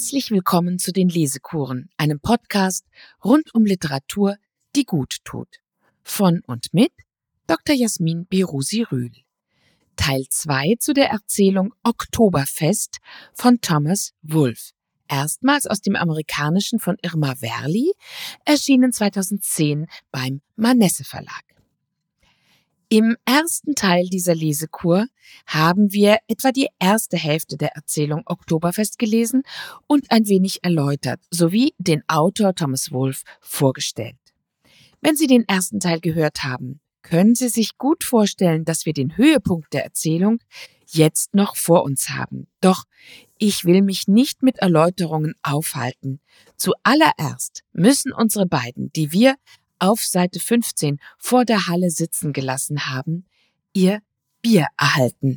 Herzlich willkommen zu den Lesekuren, einem Podcast rund um Literatur, die gut tut. Von und mit Dr. Jasmin Berusi-Rühl. Teil 2 zu der Erzählung Oktoberfest von Thomas Wolfe. Erstmals aus dem Amerikanischen von Irma Werli, erschienen 2010 beim Manesse Verlag. Im ersten Teil dieser Lesekur haben wir etwa die erste Hälfte der Erzählung Oktoberfest gelesen und ein wenig erläutert, sowie den Autor Thomas Wolfe vorgestellt. Wenn Sie den ersten Teil gehört haben, können Sie sich gut vorstellen, dass wir den Höhepunkt der Erzählung jetzt noch vor uns haben. Doch ich will mich nicht mit Erläuterungen aufhalten. Zuallererst müssen unsere beiden, die wir auf Seite 15 vor der Halle sitzen gelassen haben, ihr Bier erhalten.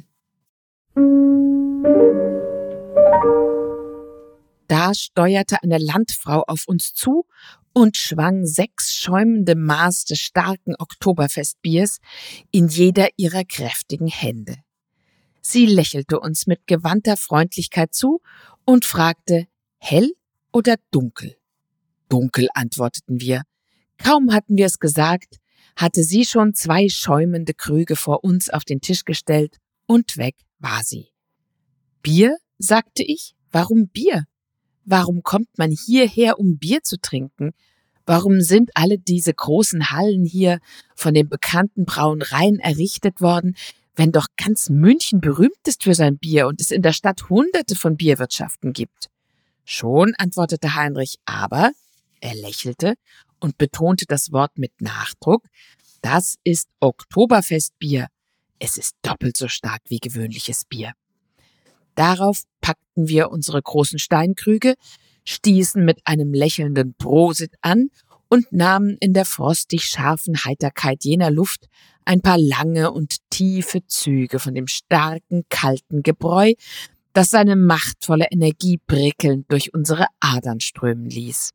Da steuerte eine Landfrau auf uns zu und schwang 6 schäumende Maß des starken Oktoberfestbiers in jeder ihrer kräftigen Hände. Sie lächelte uns mit gewandter Freundlichkeit zu und fragte, hell oder dunkel? Dunkel, antworteten wir. Kaum hatten wir es gesagt, hatte sie schon 2 schäumende Krüge vor uns auf den Tisch gestellt und weg war sie. Bier, sagte ich, warum Bier? Warum kommt man hierher, um Bier zu trinken? Warum sind alle diese großen Hallen hier von den bekannten Brauereien errichtet worden, wenn doch ganz München berühmt ist für sein Bier und es in der Stadt Hunderte von Bierwirtschaften gibt? Schon, antwortete Heinrich, aber er lächelte und betonte das Wort mit Nachdruck, das ist Oktoberfestbier. Es ist doppelt so stark wie gewöhnliches Bier. Darauf packten wir unsere großen Steinkrüge, stießen mit einem lächelnden Prosit an und nahmen in der frostig scharfen Heiterkeit jener Luft ein paar lange und tiefe Züge von dem starken, kalten Gebräu, das seine machtvolle Energie prickelnd durch unsere Adern strömen ließ.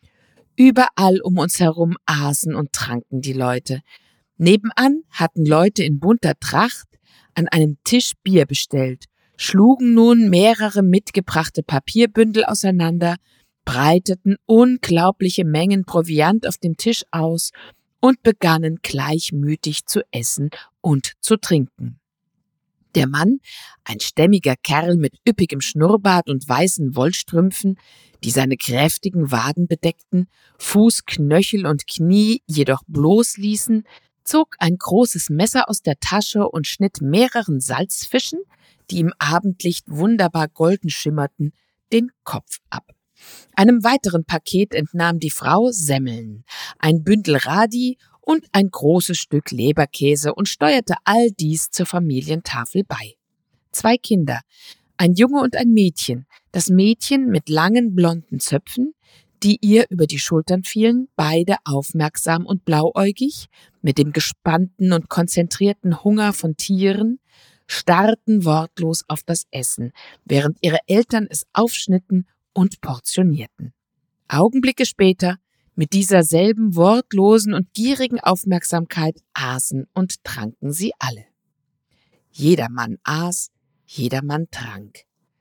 Überall um uns herum aßen und tranken die Leute. Nebenan hatten Leute in bunter Tracht an einem Tisch Bier bestellt, schlugen nun mehrere mitgebrachte Papierbündel auseinander, breiteten unglaubliche Mengen Proviant auf dem Tisch aus und begannen gleichmütig zu essen und zu trinken. Der Mann, ein stämmiger Kerl mit üppigem Schnurrbart und weißen Wollstrümpfen, die seine kräftigen Waden bedeckten, Fuß, Knöchel und Knie jedoch bloß ließen, zog ein großes Messer aus der Tasche und schnitt mehreren Salzfischen, die im Abendlicht wunderbar golden schimmerten, den Kopf ab. Einem weiteren Paket entnahm die Frau Semmeln, ein Bündel Radi und ein großes Stück Leberkäse und steuerte all dies zur Familientafel bei. 2 Kinder, ein Junge und ein Mädchen, das Mädchen mit langen blonden Zöpfen, die ihr über die Schultern fielen, beide aufmerksam und blauäugig, mit dem gespannten und konzentrierten Hunger von Tieren, starrten wortlos auf das Essen, während ihre Eltern es aufschnitten und portionierten. Augenblicke später, mit dieser selben wortlosen und gierigen Aufmerksamkeit, aßen und tranken sie alle. Jedermann aß, jedermann trank.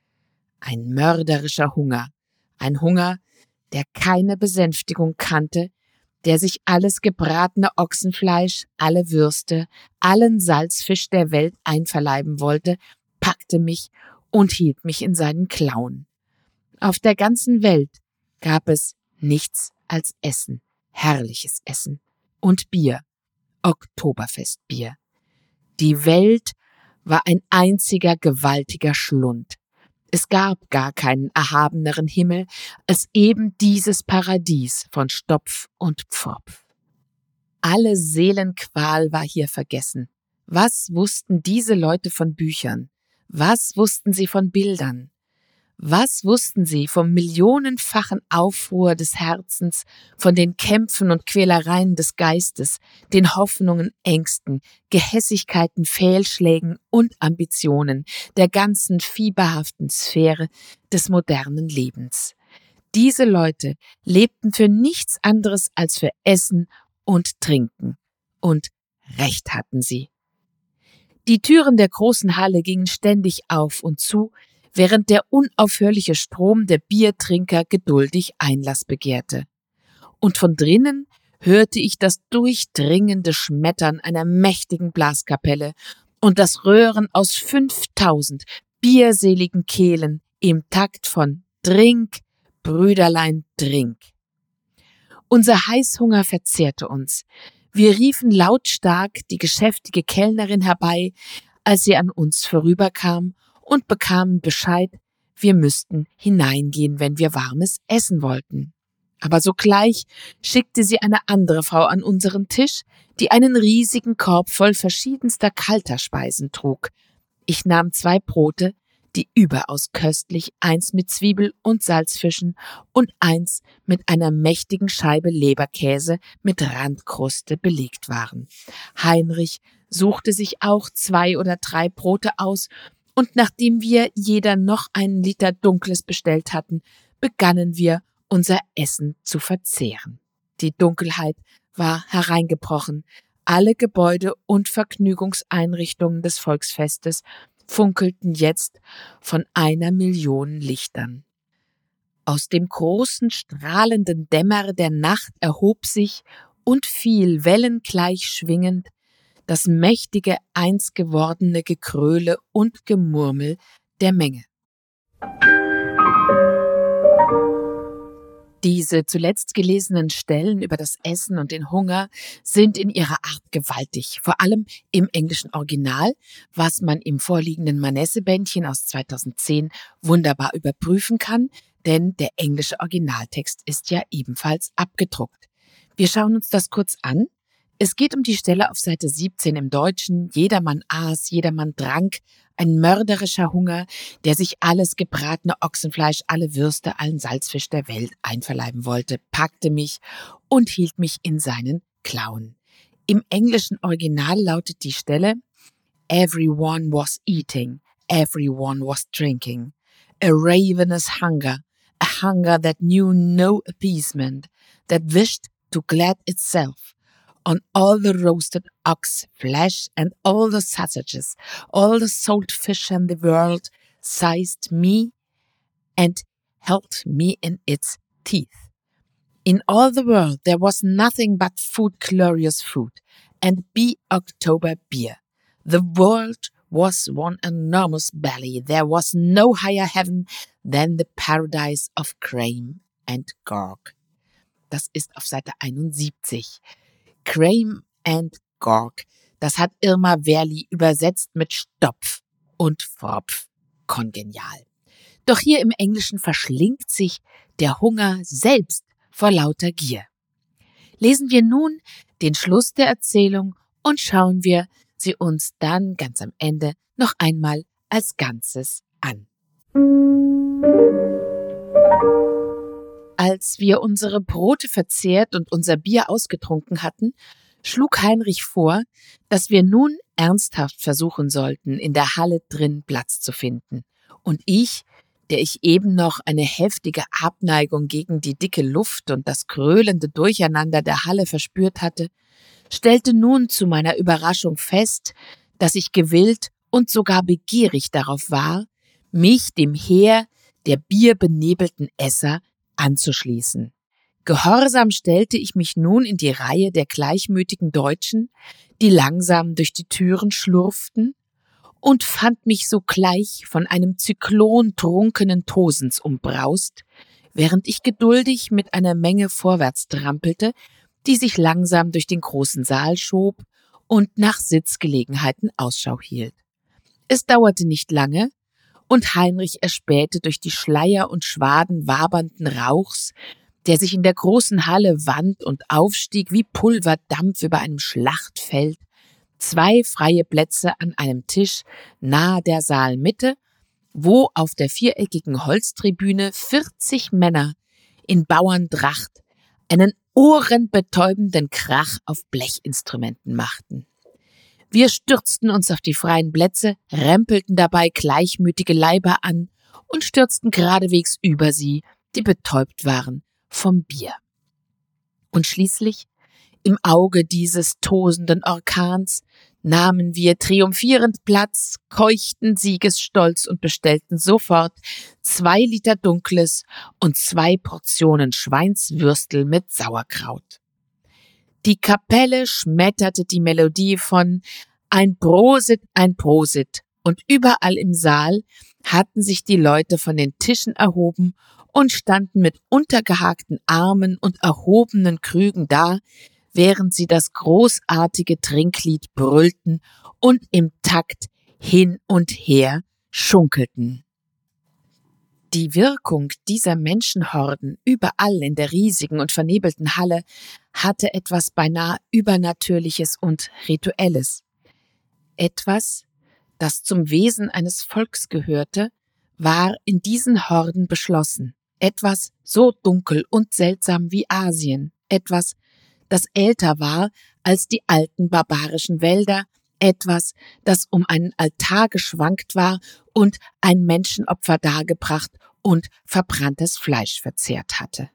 Ein mörderischer Hunger, ein Hunger, der keine Besänftigung kannte, der sich alles gebratene Ochsenfleisch, alle Würste, allen Salzfisch der Welt einverleiben wollte, packte mich und hielt mich in seinen Klauen. Auf der ganzen Welt gab es nichts als Essen, herrliches Essen und Bier, Oktoberfestbier. Die Welt war ein einziger gewaltiger Schlund. Es gab gar keinen erhabeneren Himmel als eben dieses Paradies von Stopf und Pfropf. Alle Seelenqual war hier vergessen. Was wussten diese Leute von Büchern? Was wussten sie von Bildern? Was wussten sie vom millionenfachen Aufruhr des Herzens, von den Kämpfen und Quälereien des Geistes, den Hoffnungen, Ängsten, Gehässigkeiten, Fehlschlägen und Ambitionen der ganzen fieberhaften Sphäre des modernen Lebens? Diese Leute lebten für nichts anderes als für Essen und Trinken. Und Recht hatten sie. Die Türen der großen Halle gingen ständig auf und zu, während der unaufhörliche Strom der Biertrinker geduldig Einlass begehrte. Und von drinnen hörte ich das durchdringende Schmettern einer mächtigen Blaskapelle und das Röhren aus 5000 bierseligen Kehlen im Takt von Trink, Brüderlein, trink. Unser Heißhunger verzehrte uns. Wir riefen lautstark die geschäftige Kellnerin herbei, als sie an uns vorüberkam, und bekamen Bescheid, wir müssten hineingehen, wenn wir warmes essen wollten. Aber sogleich schickte sie eine andere Frau an unseren Tisch, die einen riesigen Korb voll verschiedenster kalter Speisen trug. Ich nahm 2 Brote, die überaus köstlich, 1 mit Zwiebel- und Salzfischen und 1 mit einer mächtigen Scheibe Leberkäse mit Randkruste belegt waren. Heinrich suchte sich auch 2 oder 3 Brote aus, und nachdem wir jeder noch einen Liter Dunkles bestellt hatten, begannen wir, unser Essen zu verzehren. Die Dunkelheit war hereingebrochen. Alle Gebäude und Vergnügungseinrichtungen des Volksfestes funkelten jetzt von 1 Million Lichtern. Aus dem großen, strahlenden Dämmer der Nacht erhob sich und fiel wellengleich schwingend das mächtige, eins gewordene Gekröle und Gemurmel der Menge. Diese zuletzt gelesenen Stellen über das Essen und den Hunger sind in ihrer Art gewaltig, vor allem im englischen Original, was man im vorliegenden Manesse-Bändchen aus 2010 wunderbar überprüfen kann, denn der englische Originaltext ist ja ebenfalls abgedruckt. Wir schauen uns das kurz an. Es geht um die Stelle auf Seite 17 im Deutschen: Jedermann aß, jedermann trank, ein mörderischer Hunger, der sich alles gebratene Ochsenfleisch, alle Würste, allen Salzfisch der Welt einverleiben wollte, packte mich und hielt mich in seinen Klauen. Im englischen Original lautet die Stelle: Everyone was eating, everyone was drinking, a ravenous hunger, a hunger that knew no appeasement, that wished to glad itself on all the roasted ox flesh and all the sausages, all the salt fish in the world, seized me and held me in its teeth. In all the world there was nothing but food, glorious food, and October beer. The world was one enormous belly. There was no higher heaven than the paradise of Crame and Gorg. Das ist auf Seite 71. Crame and Gorg, das hat Irma Werli übersetzt mit Stopf und Fropf. Kongenial. Doch hier im Englischen verschlingt sich der Hunger selbst vor lauter Gier. Lesen wir nun den Schluss der Erzählung und schauen wir sie uns dann ganz am Ende noch einmal als Ganzes an. Als wir unsere Brote verzehrt und unser Bier ausgetrunken hatten, schlug Heinrich vor, dass wir nun ernsthaft versuchen sollten, in der Halle drin Platz zu finden. Und ich, der ich eben noch eine heftige Abneigung gegen die dicke Luft und das gröhlende Durcheinander der Halle verspürt hatte, stellte nun zu meiner Überraschung fest, dass ich gewillt und sogar begierig darauf war, mich dem Heer der bierbenebelten Esser anzuschließen. Gehorsam stellte ich mich nun in die Reihe der gleichmütigen Deutschen, die langsam durch die Türen schlurften, und fand mich sogleich von einem Zyklon trunkenen Tosens umbraust, während ich geduldig mit einer Menge vorwärts trampelte, die sich langsam durch den großen Saal schob und nach Sitzgelegenheiten Ausschau hielt. Es dauerte nicht lange, und Heinrich erspähte durch die Schleier und Schwaden wabernden Rauchs, der sich in der großen Halle wand und aufstieg wie Pulverdampf über einem Schlachtfeld, 2 freie Plätze an einem Tisch nahe der Saalmitte, wo auf der viereckigen Holztribüne 40 Männer in Bauerntracht einen ohrenbetäubenden Krach auf Blechinstrumenten machten. Wir stürzten uns auf die freien Plätze, rempelten dabei gleichmütige Leiber an und stürzten geradewegs über sie, die betäubt waren vom Bier. Und schließlich, im Auge dieses tosenden Orkans, nahmen wir triumphierend Platz, keuchten Siegesstolz und bestellten sofort 2 Liter Dunkles und 2 Portionen Schweinswürstel mit Sauerkraut. Die Kapelle schmetterte die Melodie von Ein Prosit, und überall im Saal hatten sich die Leute von den Tischen erhoben und standen mit untergehakten Armen und erhobenen Krügen da, während sie das großartige Trinklied brüllten und im Takt hin und her schunkelten. Die Wirkung dieser Menschenhorden überall in der riesigen und vernebelten Halle hatte etwas beinahe Übernatürliches und Rituelles. Etwas, das zum Wesen eines Volks gehörte, war in diesen Horden beschlossen. Etwas so dunkel und seltsam wie Asien. Etwas, das älter war als die alten barbarischen Wälder. Etwas, das um einen Altar geschwankt war und ein Menschenopfer dargebracht und verbranntes Fleisch verzehrt hatte.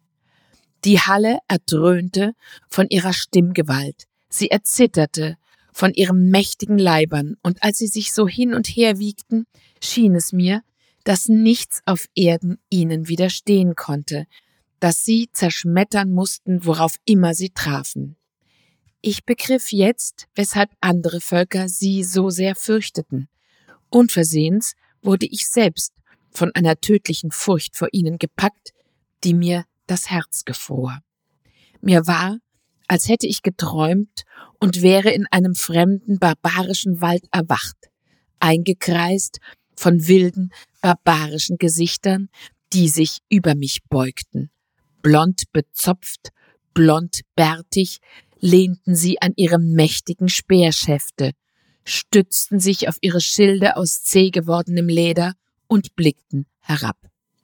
Die Halle erdröhnte von ihrer Stimmgewalt. Sie erzitterte von ihren mächtigen Leibern, und als sie sich so hin und her wiegten, schien es mir, dass nichts auf Erden ihnen widerstehen konnte, dass sie zerschmettern mussten, worauf immer sie trafen. Ich begriff jetzt, weshalb andere Völker sie so sehr fürchteten. Unversehens wurde ich selbst von einer tödlichen Furcht vor ihnen gepackt, die mir das Herz gefror. Mir war, als hätte ich geträumt und wäre in einem fremden, barbarischen Wald erwacht, eingekreist von wilden, barbarischen Gesichtern, die sich über mich beugten. Blond bezopft, blond bärtig, lehnten sie an ihrem mächtigen Speerschäfte, stützten sich auf ihre Schilde aus zäh gewordenem Leder und blickten herab.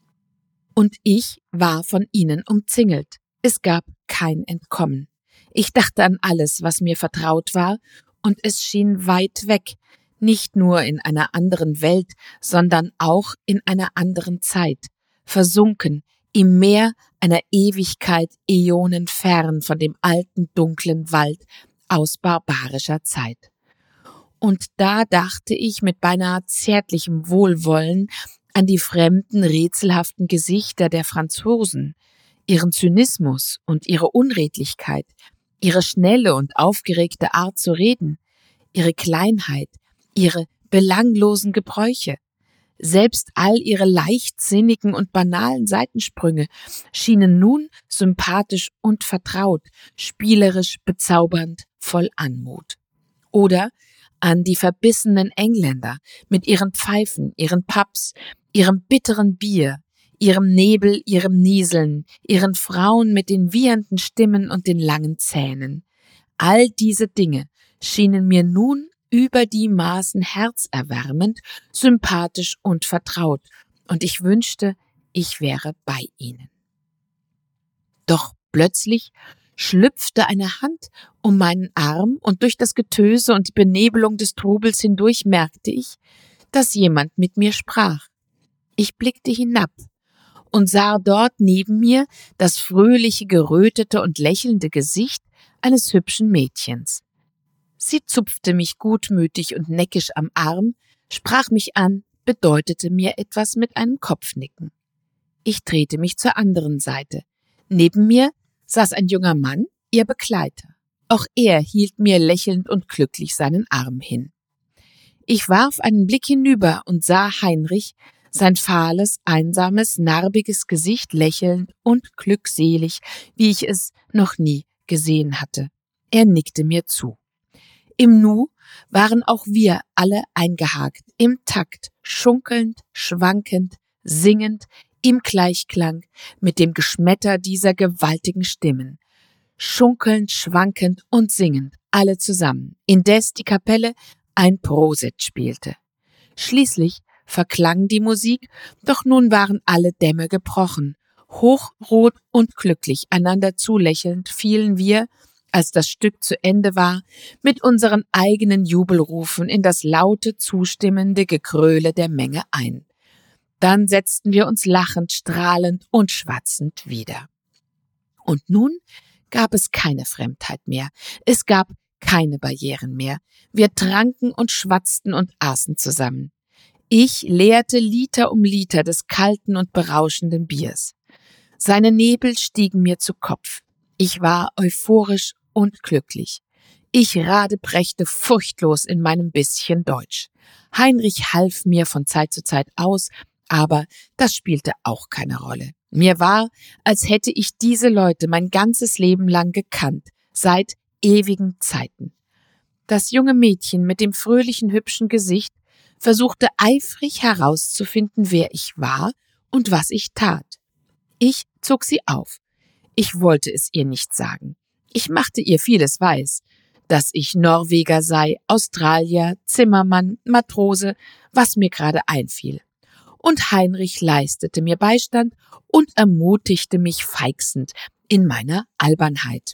Und ich war von ihnen umzingelt. Es gab kein Entkommen. Ich dachte an alles, was mir vertraut war, und es schien weit weg, nicht nur in einer anderen Welt, sondern auch in einer anderen Zeit, versunken im Meer einer Ewigkeit Äonen fern von dem alten, dunklen Wald aus barbarischer Zeit. Und da dachte ich mit beinahe zärtlichem Wohlwollen an die fremden, rätselhaften Gesichter der Franzosen, ihren Zynismus und ihre Unredlichkeit, ihre schnelle und aufgeregte Art zu reden, ihre Kleinheit, ihre belanglosen Gebräuche. Selbst all ihre leichtsinnigen und banalen Seitensprünge schienen nun sympathisch und vertraut, spielerisch bezaubernd, voll Anmut. Oder an die verbissenen Engländer mit ihren Pfeifen, ihren Pubs, ihrem bitteren Bier, ihrem Nebel, ihrem Nieseln, ihren Frauen mit den wiehernden Stimmen und den langen Zähnen. All diese Dinge schienen mir nun über die Maßen herzerwärmend, sympathisch und vertraut, und ich wünschte, ich wäre bei ihnen. Doch plötzlich schlüpfte eine Hand um meinen Arm, und durch das Getöse und die Benebelung des Trubels hindurch merkte ich, dass jemand mit mir sprach. Ich blickte hinab und sah dort neben mir das fröhliche, gerötete und lächelnde Gesicht eines hübschen Mädchens. Sie zupfte mich gutmütig und neckisch am Arm, sprach mich an, bedeutete mir etwas mit einem Kopfnicken. Ich drehte mich zur anderen Seite. Neben mir saß ein junger Mann, ihr Begleiter. Auch er hielt mir lächelnd und glücklich seinen Arm hin. Ich warf einen Blick hinüber und sah Heinrich, sein fahles, einsames, narbiges Gesicht lächelnd und glückselig, wie ich es noch nie gesehen hatte. Er nickte mir zu. Im Nu waren auch wir alle eingehakt, im Takt, schunkelnd, schwankend, singend, im Gleichklang mit dem Geschmetter dieser gewaltigen Stimmen. Schunkelnd, schwankend und singend, alle zusammen, indes die Kapelle ein Prosit spielte. Schließlich verklang die Musik, doch nun waren alle Dämme gebrochen. Hochrot und glücklich einander zulächelnd fielen wir, als das Stück zu Ende war, mit unseren eigenen Jubelrufen in das laute, zustimmende Gegröle der Menge ein. Dann setzten wir uns lachend, strahlend und schwatzend wieder. Und nun gab es keine Fremdheit mehr. Es gab Keine Barrieren mehr. Wir tranken und schwatzten und aßen zusammen. Ich leerte Liter um Liter des kalten und berauschenden Biers. Seine Nebel stiegen mir zu Kopf. Ich war euphorisch und glücklich. Ich radebrechte furchtlos in meinem bisschen Deutsch. Heinrich half mir von Zeit zu Zeit aus, aber das spielte auch keine Rolle. Mir war, als hätte ich diese Leute mein ganzes Leben lang gekannt, seit ewigen Zeiten. Das junge Mädchen mit dem fröhlichen, hübschen Gesicht versuchte eifrig herauszufinden, wer ich war und was ich tat. Ich zog sie auf. Ich wollte es ihr nicht sagen. Ich machte ihr vieles weiß, dass ich Norweger sei, Australier, Zimmermann, Matrose, was mir gerade einfiel. Und Heinrich leistete mir Beistand und ermutigte mich feixend in meiner Albernheit.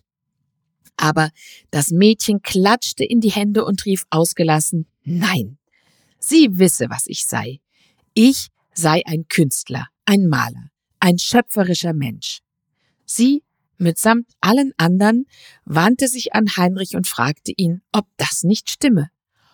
Aber das Mädchen klatschte in die Hände und rief ausgelassen, nein, sie wisse, was ich sei. Ich sei ein Künstler, ein Maler, ein schöpferischer Mensch. Sie, mitsamt allen anderen, wandte sich an Heinrich und fragte ihn, ob das nicht stimme.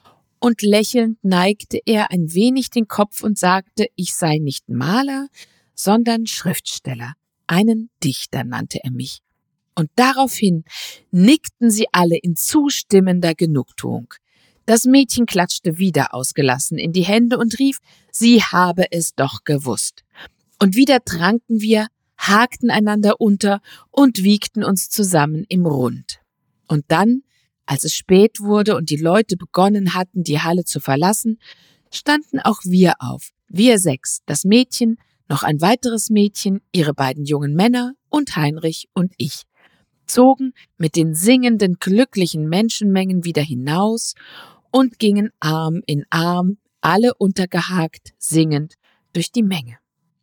Und lächelnd neigte er ein wenig den Kopf und sagte, ich sei nicht Maler, sondern Schriftsteller. Einen Dichter nannte er mich. Und daraufhin nickten sie alle in zustimmender Genugtuung. Das Mädchen klatschte wieder ausgelassen in die Hände und rief, sie habe es doch gewusst. Und wieder tranken wir, hakten einander unter und wiegten uns zusammen im Rund. Und dann, als es spät wurde und die Leute begonnen hatten, die Halle zu verlassen, standen auch wir auf, wir 6, das Mädchen, noch ein weiteres Mädchen, ihre beiden jungen Männer und Heinrich und ich, zogen mit den singenden, glücklichen Menschenmengen wieder hinaus und gingen Arm in Arm, alle untergehakt, singend, durch die Menge.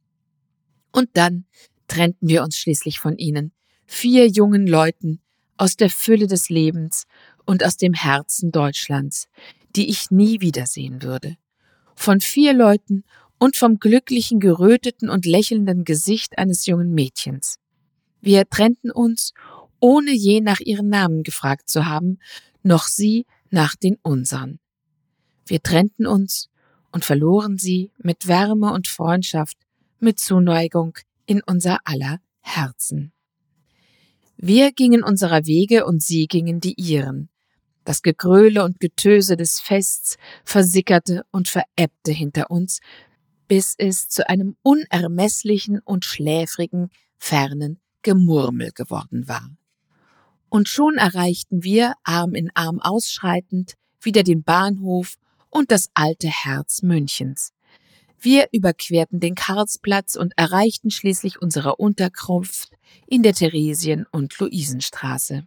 Und dann trennten wir uns schließlich von ihnen, 4 jungen Leuten aus der Fülle des Lebens und aus dem Herzen Deutschlands, die ich nie wiedersehen würde. Von 4 Leuten und vom glücklichen, geröteten und lächelnden Gesicht eines jungen Mädchens. Wir trennten uns, ohne je nach ihren Namen gefragt zu haben, noch sie nach den unseren. Wir trennten uns und verloren sie mit Wärme und Freundschaft, mit Zuneigung in unser aller Herzen. Wir gingen unserer Wege und sie gingen die ihren. Das Gegröle und Getöse des Fests versickerte und verebbte hinter uns, bis es zu einem unermesslichen und schläfrigen, fernen Gemurmel geworden war. Und schon erreichten wir, Arm in Arm ausschreitend, wieder den Bahnhof und das alte Herz Münchens. Wir überquerten den Karlsplatz und erreichten schließlich unsere Unterkunft in der Theresien- und Luisenstraße.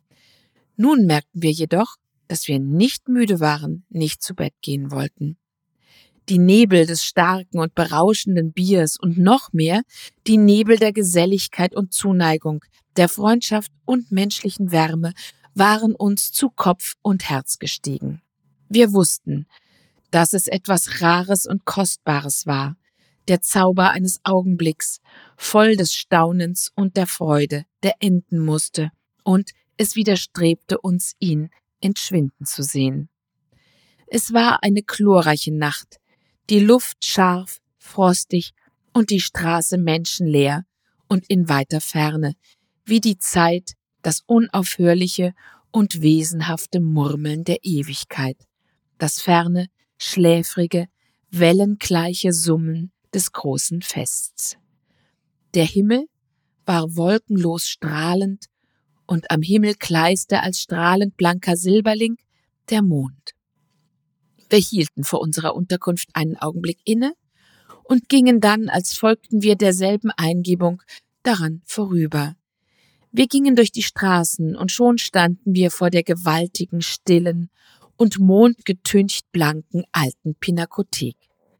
Nun merkten wir jedoch, dass wir nicht müde waren, nicht zu Bett gehen wollten. Die Nebel des starken und berauschenden Biers und noch mehr die Nebel der Geselligkeit und Zuneigung, der Freundschaft und menschlichen Wärme waren uns zu Kopf und Herz gestiegen. Wir wussten, dass es etwas Rares und Kostbares war, der Zauber eines Augenblicks, voll des Staunens und der Freude, der enden musste, und es widerstrebte uns, ihn entschwinden zu sehen. Es war eine glorreiche Nacht, die Luft scharf, frostig und die Straße menschenleer und in weiter Ferne, wie die Zeit, das unaufhörliche und wesenhafte Murmeln der Ewigkeit, das ferne, schläfrige, wellengleiche Summen des großen Fests. Der Himmel war wolkenlos strahlend und am Himmel gleiste als strahlend blanker Silberling der Mond. Wir hielten vor unserer Unterkunft einen Augenblick inne und gingen dann, als folgten wir derselben Eingebung, daran vorüber. Wir gingen durch die Straßen und schon standen wir vor der gewaltigen, stillen und mondgetüncht blanken alten Pinakothek.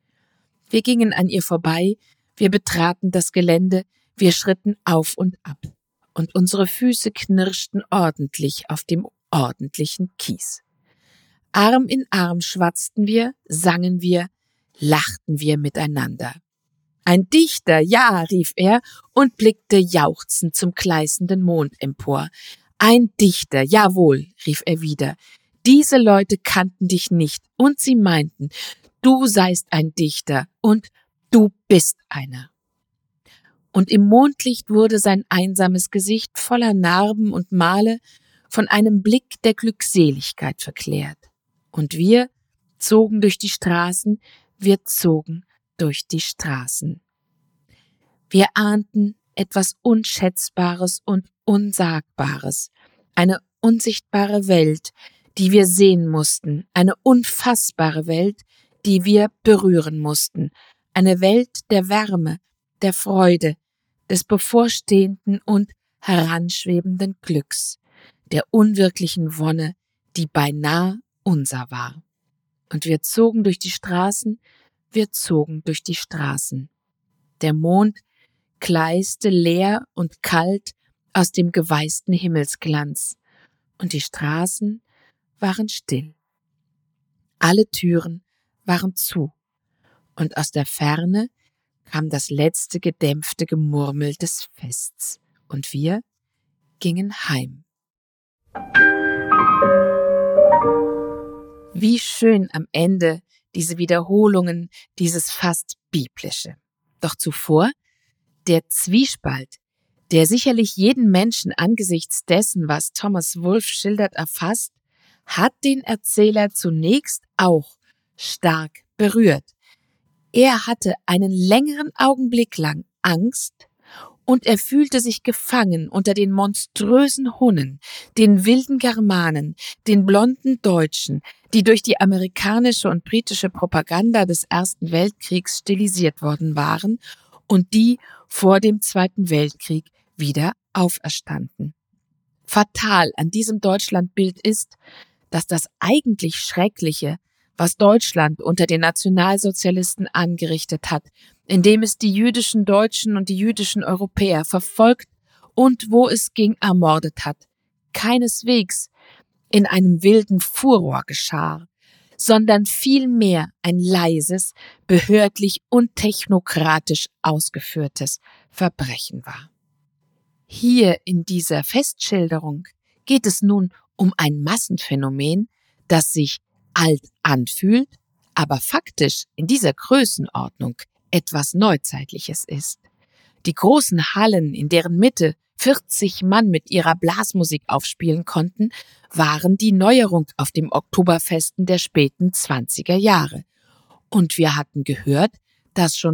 Wir gingen an ihr vorbei, wir betraten das Gelände, wir schritten auf und ab, und unsere Füße knirschten ordentlich auf dem ordentlichen Kies. Arm in Arm schwatzten wir, sangen wir, lachten wir miteinander. Ein Dichter, ja, rief er und blickte jauchzend zum gleißenden Mond empor. Ein Dichter, jawohl, rief er wieder. Diese Leute kannten dich nicht und sie meinten, du seist ein Dichter und du bist einer. Und im Mondlicht wurde sein einsames Gesicht voller Narben und Male von einem Blick der Glückseligkeit verklärt. Und wir zogen durch die Straßen, wir zogen durch die Straßen. Wir ahnten etwas Unschätzbares und Unsagbares, eine unsichtbare Welt, die wir sehen mussten, eine unfassbare Welt, die wir berühren mussten, eine Welt der Wärme, der Freude, des bevorstehenden und heranschwebenden Glücks, der unwirklichen Wonne, die beinahe unser war. Und wir zogen durch die Straßen, wir zogen durch die Straßen. Der Mond gleiste leer und kalt aus dem geweißten Himmelsglanz, und die Straßen waren still. Alle Türen waren zu, und aus der Ferne kam das letzte gedämpfte Gemurmel des Fests, und wir gingen heim. Wie schön am Ende diese Wiederholungen, dieses fast Biblische. Doch zuvor der Zwiespalt, der sicherlich jeden Menschen angesichts dessen, was Thomas Wolfe schildert, erfasst, hat den Erzähler zunächst auch stark berührt. Er hatte einen längeren Augenblick lang Angst und er fühlte sich gefangen unter den monströsen Hunnen, den wilden Germanen, den blonden Deutschen, die durch die amerikanische und britische Propaganda des Ersten Weltkriegs stilisiert worden waren und die vor dem Zweiten Weltkrieg wieder auferstanden. Fatal an diesem Deutschlandbild ist, dass das eigentlich Schreckliche, was Deutschland unter den Nationalsozialisten angerichtet hat, indem es die jüdischen Deutschen und die jüdischen Europäer verfolgt und wo es ging ermordet hat, keineswegs in einem wilden Furor geschah, sondern vielmehr ein leises, behördlich und technokratisch ausgeführtes Verbrechen war. Hier in dieser Festschilderung geht es nun um ein Massenphänomen, das sich alt anfühlt, aber faktisch in dieser Größenordnung etwas Neuzeitliches ist. Die großen Hallen, in deren Mitte 40 Mann mit ihrer Blasmusik aufspielen konnten, waren die Neuerung auf dem Oktoberfesten der späten 20er Jahre. Und wir hatten gehört, dass schon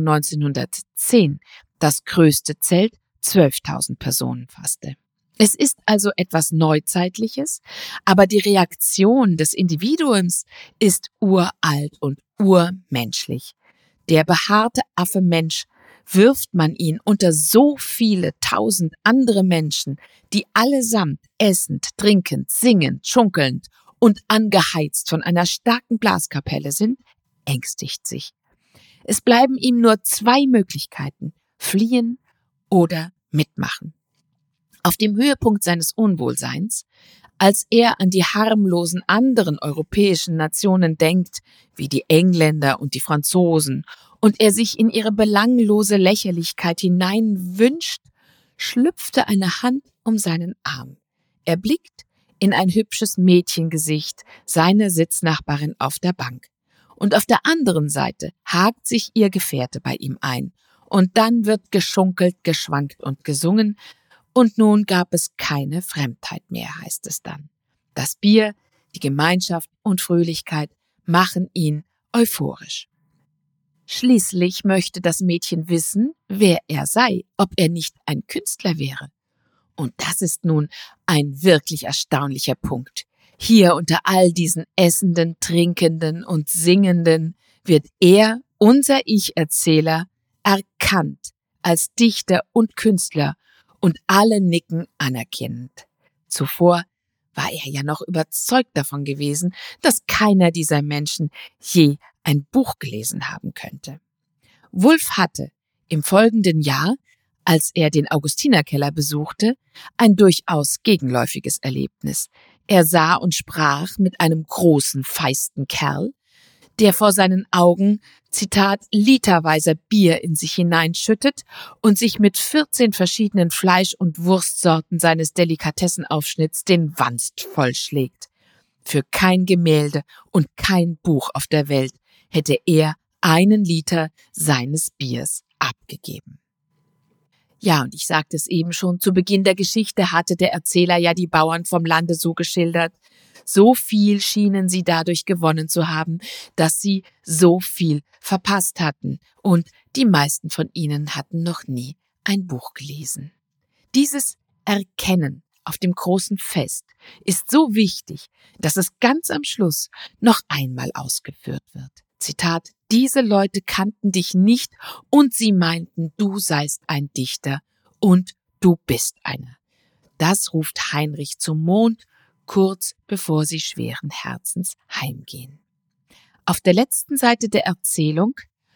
1910 das größte Zelt 12.000 Personen fasste. Es ist also etwas Neuzeitliches, aber die Reaktion des Individuums ist uralt und urmenschlich. Der behaarte Affe Mensch, wirft man ihn unter so viele tausend andere Menschen, die allesamt essend, trinkend, singend, schunkelnd und angeheizt von einer starken Blaskapelle sind, ängstigt sich. Es bleiben ihm nur zwei Möglichkeiten: fliehen oder mitmachen. Auf dem Höhepunkt seines Unwohlseins, als er an die harmlosen anderen europäischen Nationen denkt, wie die Engländer und die Franzosen, und er sich in ihre belanglose Lächerlichkeit hineinwünscht, schlüpfte eine Hand um seinen Arm. Er blickt in ein hübsches Mädchengesicht, seine Sitznachbarin auf der Bank. Und auf der anderen Seite hakt sich ihr Gefährte bei ihm ein. Und dann wird geschunkelt, geschwankt und gesungen, und nun gab es keine Fremdheit mehr, heißt es dann. Das Bier, die Gemeinschaft und Fröhlichkeit machen ihn euphorisch. Schließlich möchte das Mädchen wissen, wer er sei, ob er nicht ein Künstler wäre. Und das ist nun ein wirklich erstaunlicher Punkt. Hier unter all diesen Essenden, Trinkenden und Singenden wird er, unser Ich-Erzähler, erkannt als Dichter und Künstler, und alle nicken anerkennend. Zuvor war er ja noch überzeugt davon gewesen, dass keiner dieser Menschen je ein Buch gelesen haben könnte. Wolfe hatte im folgenden Jahr, als er den Augustinerkeller besuchte, ein durchaus gegenläufiges Erlebnis. Er sah und sprach mit einem großen, feisten Kerl, der vor seinen Augen, Zitat, literweise Bier in sich hineinschüttet und sich mit 14 verschiedenen Fleisch- und Wurstsorten seines Delikatessenaufschnitts den Wanst vollschlägt. Für kein Gemälde und kein Buch auf der Welt hätte er 1 Liter seines Biers abgegeben. Ja, und ich sagte es eben schon, zu Beginn der Geschichte hatte der Erzähler ja die Bauern vom Lande so geschildert. So viel schienen sie dadurch gewonnen zu haben, dass sie so viel verpasst hatten, und die meisten von ihnen hatten noch nie ein Buch gelesen. Dieses Erkennen auf dem großen Fest ist so wichtig, dass es ganz am Schluss noch einmal ausgeführt wird. Zitat: Diese Leute kannten dich nicht und sie meinten, du seist ein Dichter und du bist einer. Das ruft Heinrich zum Mond, kurz bevor sie schweren Herzens heimgehen. Auf der letzten Seite der Erzählung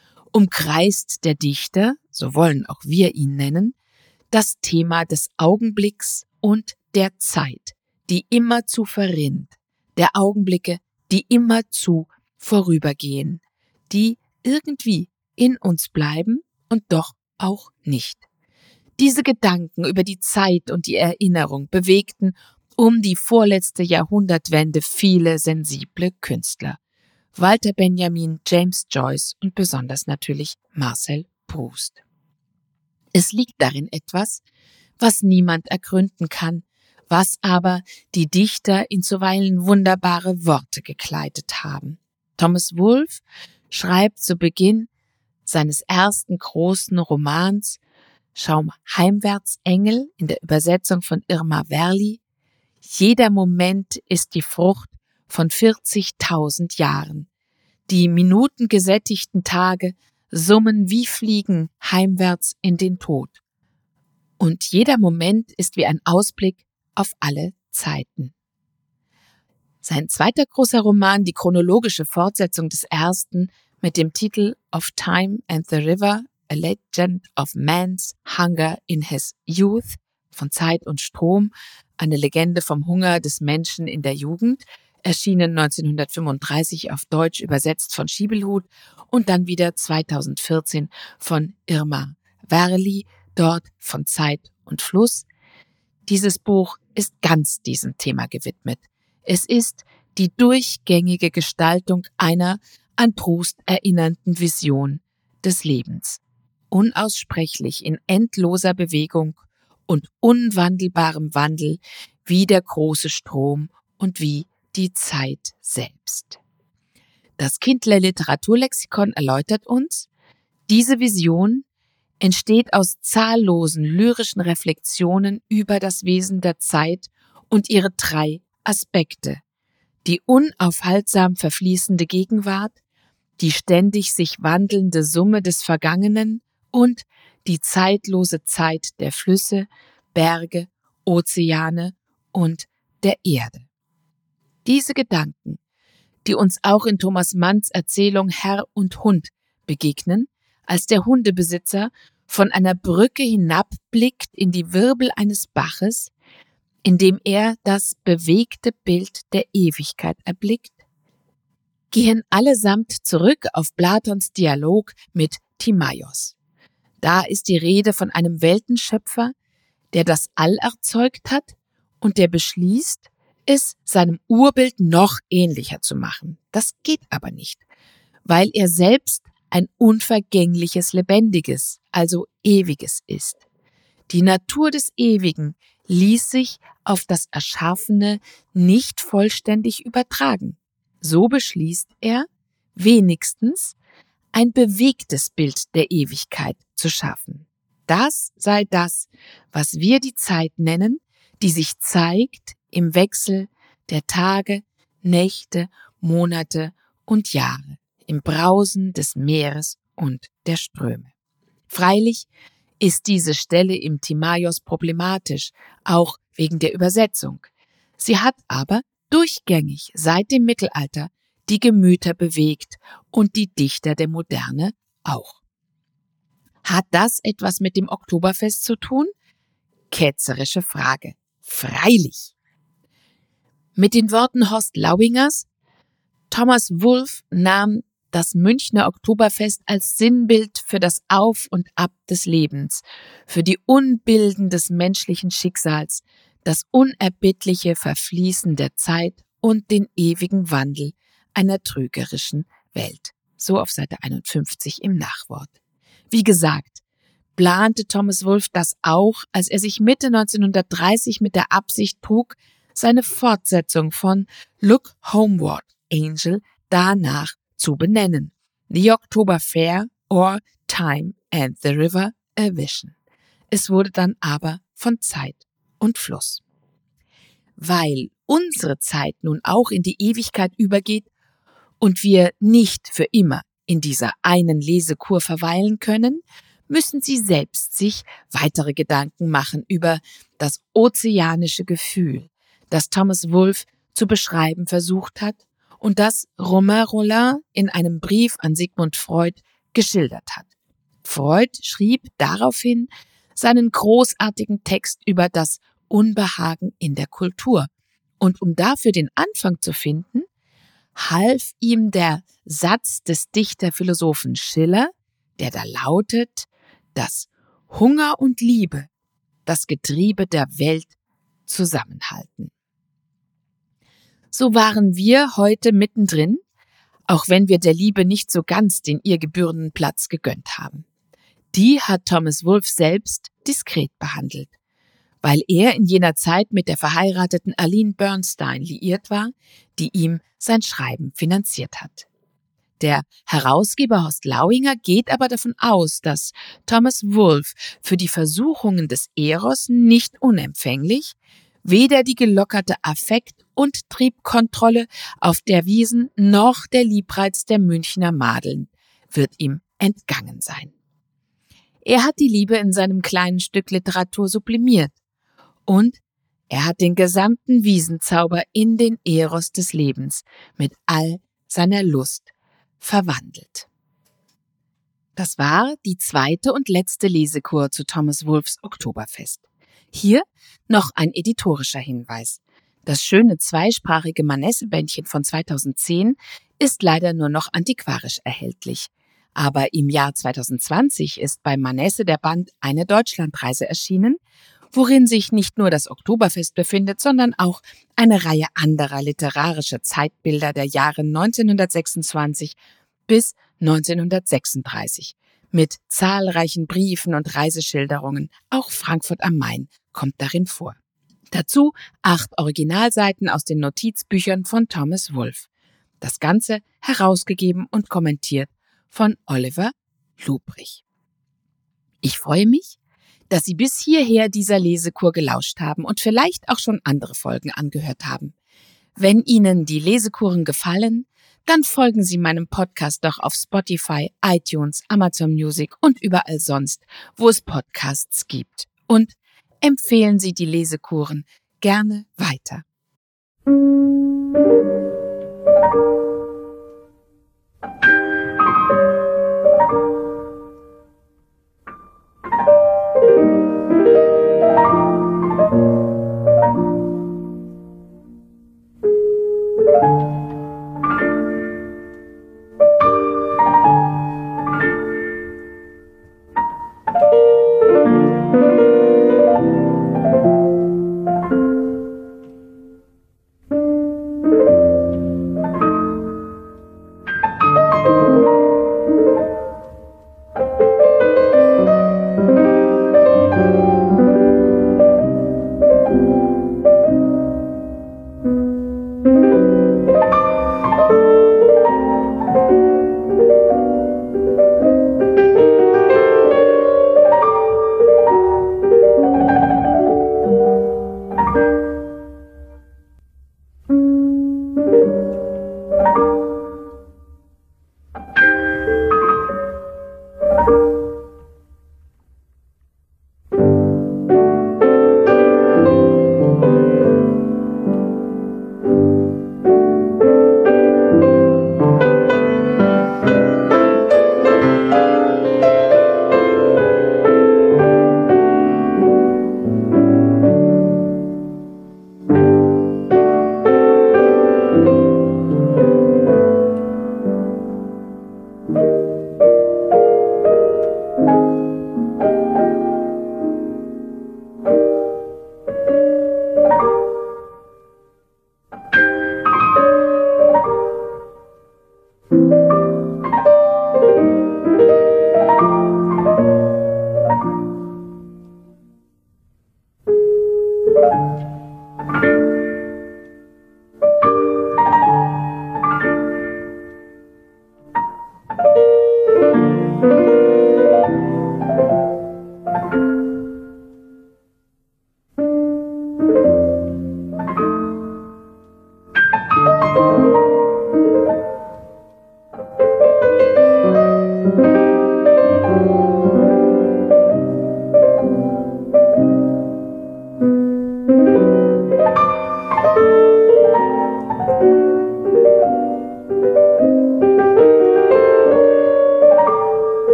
umkreist der Dichter, so wollen auch wir ihn nennen, das Thema des Augenblicks und der Zeit, die immerzu verrinnt, der Augenblicke, die immerzu vorübergehen, die irgendwie in uns bleiben und doch auch nicht. Diese Gedanken über die Zeit und die Erinnerung bewegten um die vorletzte Jahrhundertwende viele sensible Künstler. Walter Benjamin, James Joyce und besonders natürlich Marcel Proust. Es liegt darin etwas, was niemand ergründen kann, was aber die Dichter in zuweilen wunderbare Worte gekleidet haben. Thomas Wolfe schreibt zu Beginn seines ersten großen Romans Schau heimwärts, Engel, in der Übersetzung von Irma Werli: Jeder Moment ist die Frucht von 40.000 Jahren. Die minutengesättigten Tage summen wie Fliegen heimwärts in den Tod. Und jeder Moment ist wie ein Ausblick auf alle Zeiten. Sein zweiter großer Roman, die chronologische Fortsetzung des ersten, mit dem Titel Of Time and the River, A Legend of Man's Hunger in His Youth, von Zeit und Strom, eine Legende vom Hunger des Menschen in der Jugend, erschienen 1935 auf Deutsch, übersetzt von Schiebelhut, und dann wieder 2014 von Irma Werli, dort von Zeit und Fluss. Dieses Buch ist ganz diesem Thema gewidmet. Es ist die durchgängige Gestaltung einer an Proust erinnernden Vision des Lebens. Unaussprechlich in endloser Bewegung und unwandelbarem Wandel wie der große Strom und wie die Zeit selbst. Das Kindler Literaturlexikon erläutert uns, diese Vision entsteht aus zahllosen lyrischen Reflexionen über das Wesen der Zeit und ihre 3 Aspekte: die unaufhaltsam verfließende Gegenwart, die ständig sich wandelnde Summe des Vergangenen und die zeitlose Zeit der Flüsse, Berge, Ozeane und der Erde. Diese Gedanken, die uns auch in Thomas Manns Erzählung Herr und Hund begegnen, als der Hundebesitzer von einer Brücke hinabblickt in die Wirbel eines Baches, indem er das bewegte Bild der Ewigkeit erblickt, gehen allesamt zurück auf Platons Dialog mit Timaios. Da ist die Rede von einem Weltenschöpfer, der das All erzeugt hat und der beschließt, es seinem Urbild noch ähnlicher zu machen. Das geht aber nicht, weil er selbst ein unvergängliches, lebendiges, also ewiges ist. Die Natur des Ewigen ließ sich auf das Erschaffene nicht vollständig übertragen. So beschließt er, wenigstens ein bewegtes Bild der Ewigkeit zu schaffen. Das sei das, was wir die Zeit nennen, die sich zeigt im Wechsel der Tage, Nächte, Monate und Jahre, im Brausen des Meeres und der Ströme. Freilich ist diese Stelle im Timaios problematisch, auch wegen der Übersetzung. Sie hat aber durchgängig seit dem Mittelalter die Gemüter bewegt und die Dichter der Moderne auch. Hat das etwas mit dem Oktoberfest zu tun? Ketzerische Frage. Freilich. Mit den Worten Horst Lauingers: Thomas Wolfe nahm das Münchner Oktoberfest als Sinnbild für das Auf und Ab des Lebens, für die Unbilden des menschlichen Schicksals, das unerbittliche Verfließen der Zeit und den ewigen Wandel einer trügerischen Welt. So auf Seite 51 im Nachwort. Wie gesagt, plante Thomas Wolfe das auch, als er sich Mitte 1930 mit der Absicht trug, seine Fortsetzung von Look Homeward, Angel danach zu benennen. The October Fair or Time and the River a Vision. Es wurde dann aber von Zeit und Fluss. Weil unsere Zeit nun auch in die Ewigkeit übergeht und wir nicht für immer in dieser einen Lesekur verweilen können, müssen Sie selbst sich weitere Gedanken machen über das ozeanische Gefühl, das Thomas Wolfe zu beschreiben versucht hat und das Romain Rolland in einem Brief an Sigmund Freud geschildert hat. Freud schrieb daraufhin seinen großartigen Text über das Unbehagen in der Kultur. Und um dafür den Anfang zu finden, half ihm der Satz des Dichterphilosophen Schiller, der da lautet, dass Hunger und Liebe das Getriebe der Welt zusammenhalten. So waren wir heute mittendrin, auch wenn wir der Liebe nicht so ganz den ihr gebührenden Platz gegönnt haben. Die hat Thomas Wolfe selbst diskret behandelt, weil er in jener Zeit mit der verheirateten Aline Bernstein liiert war, die ihm sein Schreiben finanziert hat. Der Herausgeber Horst Lauinger geht aber davon aus, dass Thomas Wolfe für die Versuchungen des Eros nicht unempfänglich, weder die gelockerte Affekt- und Triebkontrolle auf der Wiesn noch der Liebreiz der Münchner Madeln wird ihm entgangen sein. Er hat die Liebe in seinem kleinen Stück Literatur sublimiert und er hat den gesamten Wiesenzauber in den Eros des Lebens mit all seiner Lust verwandelt. Das war die zweite und letzte Lesekur zu Thomas Wolfes Oktoberfest. Hier noch ein editorischer Hinweis. Das schöne zweisprachige Manesse-Bändchen von 2010 ist leider nur noch antiquarisch erhältlich. Aber im Jahr 2020 ist bei Manesse der Band Eine Deutschlandreise erschienen, worin sich nicht nur das Oktoberfest befindet, sondern auch eine Reihe anderer literarischer Zeitbilder der Jahre 1926 bis 1936 mit zahlreichen Briefen und Reiseschilderungen. Auch Frankfurt am Main kommt darin vor. Dazu 8 Originalseiten aus den Notizbüchern von Thomas Wolfe. Das Ganze herausgegeben und kommentiert von Oliver Lubrich. Ich freue mich, dass Sie bis hierher dieser Lesekur gelauscht haben und vielleicht auch schon andere Folgen angehört haben. Wenn Ihnen die Lesekuren gefallen, dann folgen Sie meinem Podcast doch auf Spotify, iTunes, Amazon Music und überall sonst, wo es Podcasts gibt. Und empfehlen Sie die Lesekuren gerne weiter.